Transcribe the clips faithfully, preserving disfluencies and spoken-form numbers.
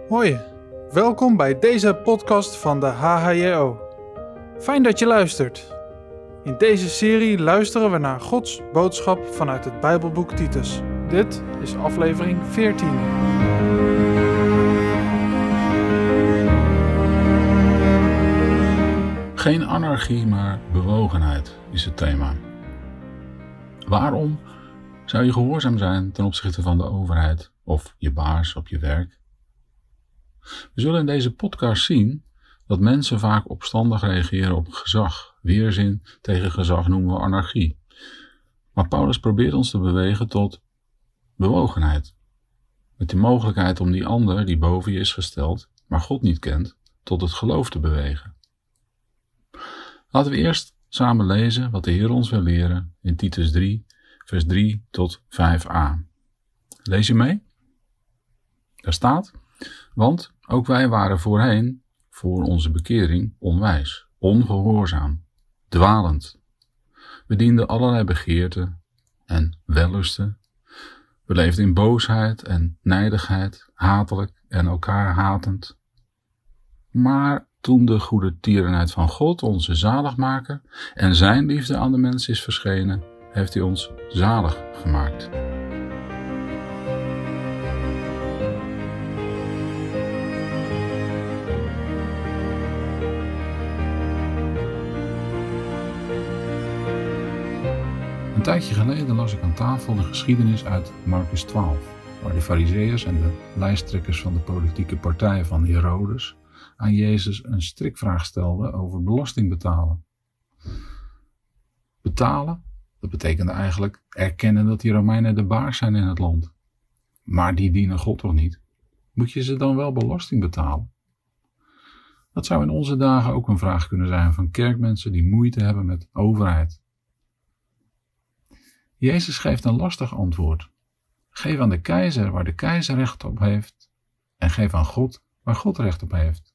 Hoi, welkom bij deze podcast van de H H J O. Fijn dat je luistert. In deze serie luisteren we naar Gods boodschap vanuit het Bijbelboek Titus. Dit is aflevering veertien. Geen anarchie, maar bewogenheid is het thema. Waarom zou je gehoorzaam zijn ten opzichte van de overheid of je baas op je werk? We zullen in deze podcast zien dat mensen vaak opstandig reageren op gezag. Weerzin tegen gezag noemen we anarchie. Maar Paulus probeert ons te bewegen tot bewogenheid. Met de mogelijkheid om die ander die boven je is gesteld, maar God niet kent, tot het geloof te bewegen. Laten we eerst samen lezen wat de Heer ons wil leren in Titus drie, vers drie tot vijf a. Lees je mee? Daar staat: Want ook wij waren voorheen, voor onze bekering, onwijs, ongehoorzaam, dwalend. We dienden allerlei begeerten en wellusten. We leefden in boosheid en nijdigheid, hatelijk en elkaar hatend. Maar toen de goede tierenheid van God, onze zaligmaker, en zijn liefde aan de mens is verschenen, heeft hij ons zalig gemaakt. Een tijdje geleden las ik aan tafel de geschiedenis uit Marcus twaalf, waar de Farizeeërs en de lijsttrekkers van de politieke partij van Herodes aan Jezus een strikvraag stelden over belasting betalen. Betalen, dat betekende eigenlijk erkennen dat die Romeinen de baas zijn in het land. Maar die dienen God toch niet? Moet je ze dan wel belasting betalen? Dat zou in onze dagen ook een vraag kunnen zijn van kerkmensen die moeite hebben met overheid. Jezus geeft een lastig antwoord. Geef aan de keizer waar de keizer recht op heeft en geef aan God waar God recht op heeft.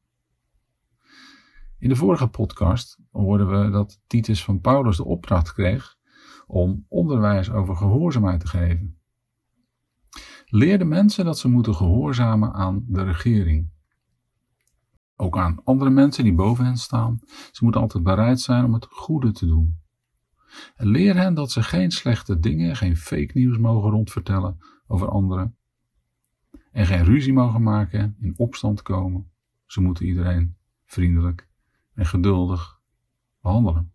In de vorige podcast hoorden we dat Titus van Paulus de opdracht kreeg om onderwijs over gehoorzaamheid te geven. Leer de mensen dat ze moeten gehoorzamen aan de regering. Ook aan andere mensen die boven hen staan. Ze moeten altijd bereid zijn om het goede te doen. En leer hen dat ze geen slechte dingen, geen fake nieuws mogen rondvertellen over anderen. En geen ruzie mogen maken, in opstand komen. Ze moeten iedereen vriendelijk en geduldig behandelen.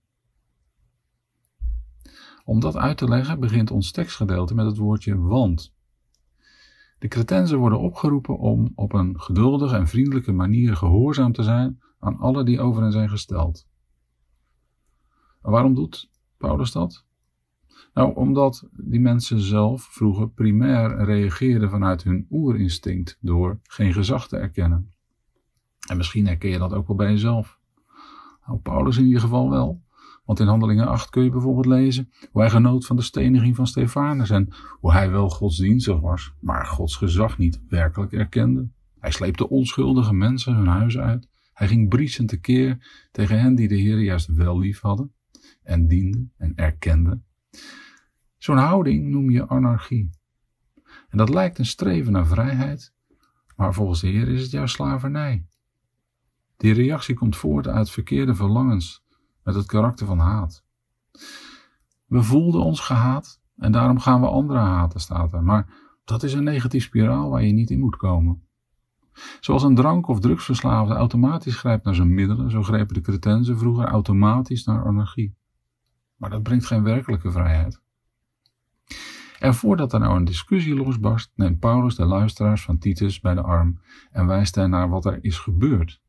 Om dat uit te leggen begint ons tekstgedeelte met het woordje want. De Cretenzen worden opgeroepen om op een geduldige en vriendelijke manier gehoorzaam te zijn aan alle die over hen zijn gesteld. En waarom doet Paulus dat? Nou, omdat die mensen zelf vroeger primair reageerden vanuit hun oerinstinct door geen gezag te erkennen. En misschien herken je dat ook wel bij jezelf. Nou, Paulus in ieder geval wel. Want in Handelingen acht kun je bijvoorbeeld lezen hoe hij genoot van de steniging van Stefanus en hoe hij wel godsdienstig was, maar Gods gezag niet werkelijk erkende. Hij sleepte onschuldige mensen hun huis uit. Hij ging briesend tekeer tegen hen die de Heer juist wel lief hadden en dienden en erkenden. Zo'n houding noem je anarchie. En dat lijkt een streven naar vrijheid, maar volgens de Heer is het juist slavernij. Die reactie komt voort uit verkeerde verlangens met het karakter van haat. We voelden ons gehaat en daarom gaan we anderen haten, staat er. Maar dat is een negatief spiraal waar je niet in moet komen. Zoals een drank- of drugsverslaafde automatisch grijpt naar zijn middelen, zo grepen de Cretenzen vroeger automatisch naar anarchie. Maar dat brengt geen werkelijke vrijheid. En voordat er nou een discussie losbarst, neemt Paulus de luisteraars van Titus bij de arm en wijst hen naar wat er is gebeurd.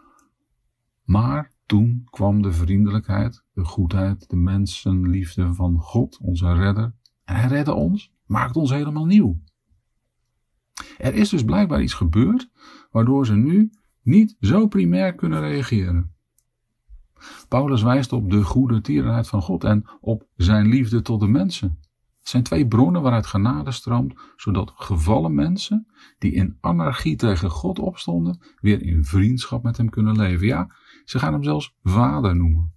Maar toen kwam de vriendelijkheid, de goedheid, de mensenliefde van God, onze redder. En hij redde ons, maakt ons helemaal nieuw. Er is dus blijkbaar iets gebeurd, waardoor ze nu niet zo primair kunnen reageren. Paulus wijst op de goede tierenheid van God en op zijn liefde tot de mensen. Het zijn twee bronnen waaruit genade stroomt, zodat gevallen mensen, die in anarchie tegen God opstonden, weer in vriendschap met hem kunnen leven. Ja, ze gaan hem zelfs vader noemen.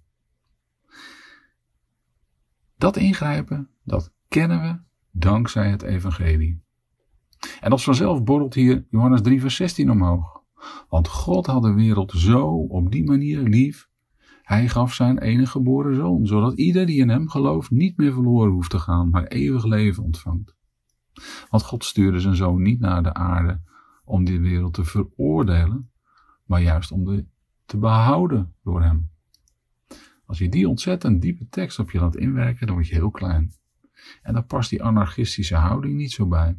Dat ingrijpen, dat kennen we dankzij het evangelie. En als vanzelf borrelt hier Johannes drie vers zestien omhoog. Want God had de wereld zo op die manier lief. Hij gaf zijn enige geboren zoon, zodat ieder die in hem gelooft niet meer verloren hoeft te gaan, maar eeuwig leven ontvangt. Want God stuurde zijn zoon niet naar de aarde om die wereld te veroordelen, maar juist om de te behouden door hem. Als je die ontzettend diepe tekst op je laat inwerken, dan word je heel klein. En dan past die anarchistische houding niet zo bij.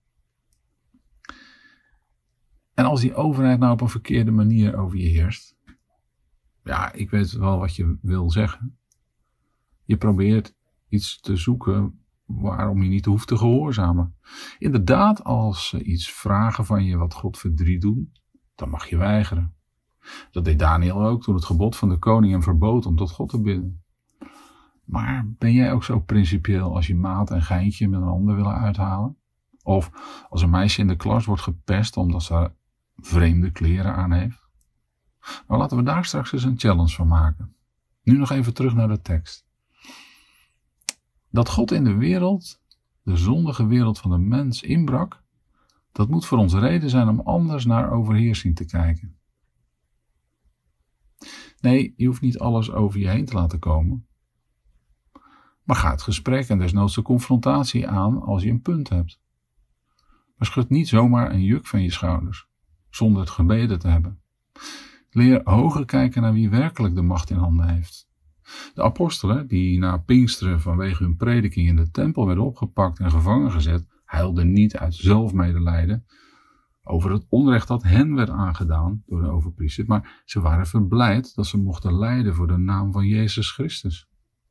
En als die overheid nou op een verkeerde manier over je heerst, ja, ik weet wel wat je wil zeggen. Je probeert iets te zoeken waarom je niet hoeft te gehoorzamen. Inderdaad, als ze iets vragen van je wat God verdriet doet, dan mag je weigeren. Dat deed Daniel ook toen het gebod van de koning hem verbood om tot God te bidden. Maar ben jij ook zo principieel als je maat en geintje met een ander willen uithalen? Of als een meisje in de klas wordt gepest omdat ze vreemde kleren aan heeft? Nou, laten we daar straks eens een challenge van maken. Nu nog even terug naar de tekst. Dat God in de wereld, de zondige wereld van de mens, inbrak, dat moet voor ons reden zijn om anders naar overheersing te kijken. Nee, je hoeft niet alles over je heen te laten komen. Maar ga het gesprek en desnoods de confrontatie aan als je een punt hebt. Maar schud niet zomaar een juk van je schouders, zonder het gebeden te hebben. Leer hoger kijken naar wie werkelijk de macht in handen heeft. De apostelen, die na Pinksteren vanwege hun prediking in de tempel werden opgepakt en gevangen gezet, huilden niet uit zelfmedelijden over het onrecht dat hen werd aangedaan door de overpriester, maar ze waren verblijd dat ze mochten lijden voor de naam van Jezus Christus.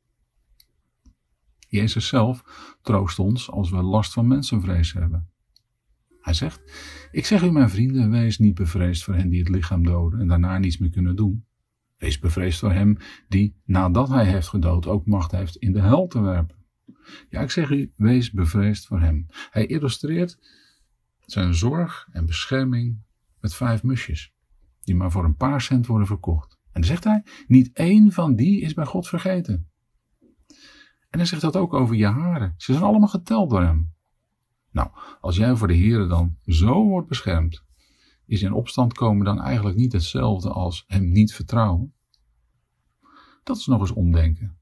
Jezus zelf troost ons als we last van mensenvrees hebben. Hij zegt, ik zeg u mijn vrienden, wees niet bevreesd voor hen die het lichaam doden en daarna niets meer kunnen doen. Wees bevreesd voor hem die, nadat hij heeft gedood, ook macht heeft in de hel te werpen. Ja, ik zeg u, wees bevreesd voor hem. Hij illustreert zijn zorg en bescherming met vijf musjes, die maar voor een paar cent worden verkocht. En dan zegt hij, niet één van die is bij God vergeten. En hij zegt dat ook over je haren. Ze zijn allemaal geteld door hem. Nou, als jij voor de Heere dan zo wordt beschermd, is in opstand komen dan eigenlijk niet hetzelfde als hem niet vertrouwen? Dat is nog eens omdenken.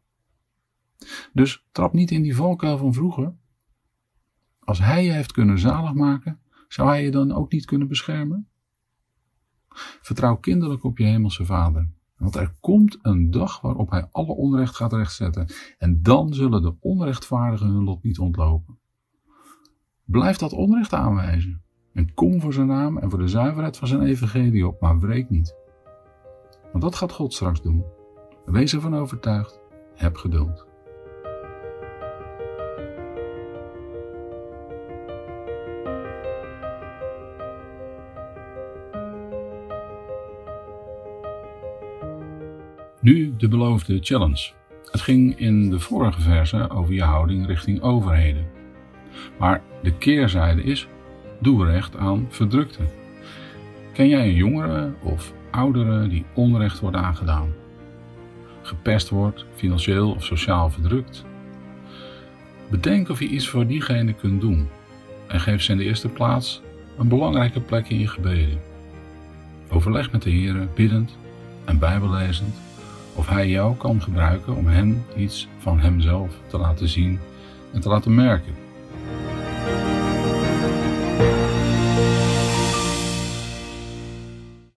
Dus trap niet in die valkuil van vroeger. Als hij je heeft kunnen zalig maken, zou hij je dan ook niet kunnen beschermen? Vertrouw kinderlijk op je hemelse Vader. Want er komt een dag waarop hij alle onrecht gaat rechtzetten. En dan zullen de onrechtvaardigen hun lot niet ontlopen. Blijf dat onrecht aanwijzen. En kom voor zijn naam en voor de zuiverheid van zijn evangelie op, maar wreek niet. Want dat gaat God straks doen. Wees ervan overtuigd. Heb geduld. Nu de beloofde challenge. Het ging in de vorige verse over je houding richting overheden. Maar de keerzijde is, doe recht aan verdrukten. Ken jij een jongere of oudere die onrecht wordt aangedaan? Gepest wordt, financieel of sociaal verdrukt? Bedenk of je iets voor diegene kunt doen. En geef ze in de eerste plaats een belangrijke plek in je gebeden. Overleg met de Heere, biddend en bijbellezend, of hij jou kan gebruiken om hen iets van hemzelf te laten zien en te laten merken.